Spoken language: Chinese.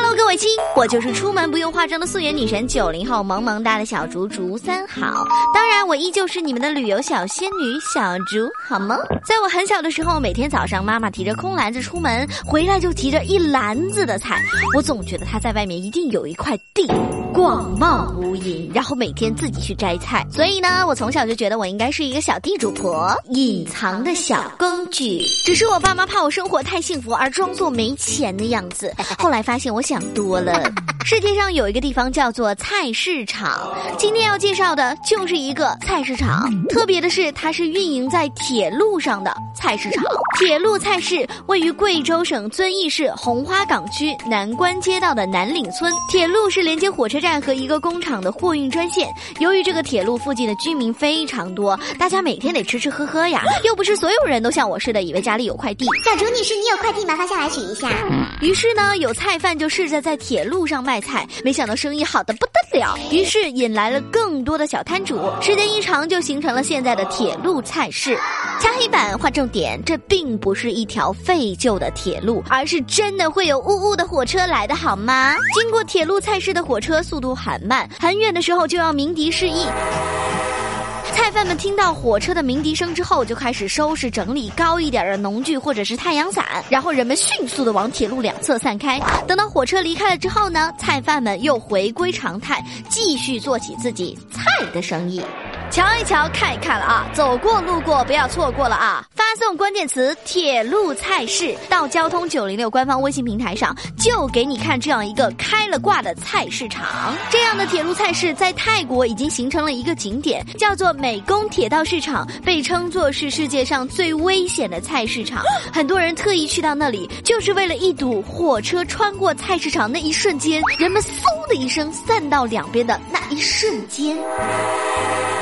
Hello， 各位亲，我就是出门不用化妆的素颜女神90后萌萌哒的小竹竹3好。当然，我依旧是你们的旅游小仙女小竹，好吗？在我很小的时候，每天早上妈妈提着空篮子出门，回来就提着一篮子的菜。我总觉得她在外面一定有一块地，广袤无垠，然后每天自己去摘菜。所以呢，我从小就觉得我应该是一个小地主婆，隐藏的小公举。只是我爸妈怕我生活太幸福而装作没钱的样子。后来发现我想多了。世界上有一个地方叫做菜市场，今天要介绍的就是一个菜市场。特别的是，它是运营在铁路上的菜市场。铁路菜市位于贵州省遵义市红花岗区南关街道的南岭村。铁路是连接火车站和一个工厂的货运专线。由于这个铁路附近的居民非常多，大家每天得吃吃喝喝呀，又不是所有人都像我似的以为家里有块地。 小竹女士，你有快递吗？发下来取一下。 于是呢，有菜贩就试着在铁路上卖菜，没想到生意好得不得了，于是引来了更多的小摊主，时间一长就形成了现在的铁路菜市。掐黑板划重点，这并不是一条废旧的铁路，而是真的会有呜呜的火车来的好吗？经过铁路菜市的火车速度很慢，很远的时候就要鸣笛示意。菜贩们听到火车的鸣笛声之后，就开始收拾整理高一点的农具或者是太阳伞，然后人们迅速的往铁路两侧散开。等到火车离开了之后呢，菜贩们又回归常态，继续做起自己菜的生意。瞧一瞧，看一看了啊，走过路过不要错过了啊！发送关键词铁路菜市到交通906官方微信平台上，就给你看这样一个开了挂的菜市场。这样的铁路菜市在泰国已经形成了一个景点，叫做美宫铁道市场，被称作是世界上最危险的菜市场。很多人特意去到那里，就是为了一睹火车穿过菜市场那一瞬间，人们嗖的一声散到两边的那一瞬间。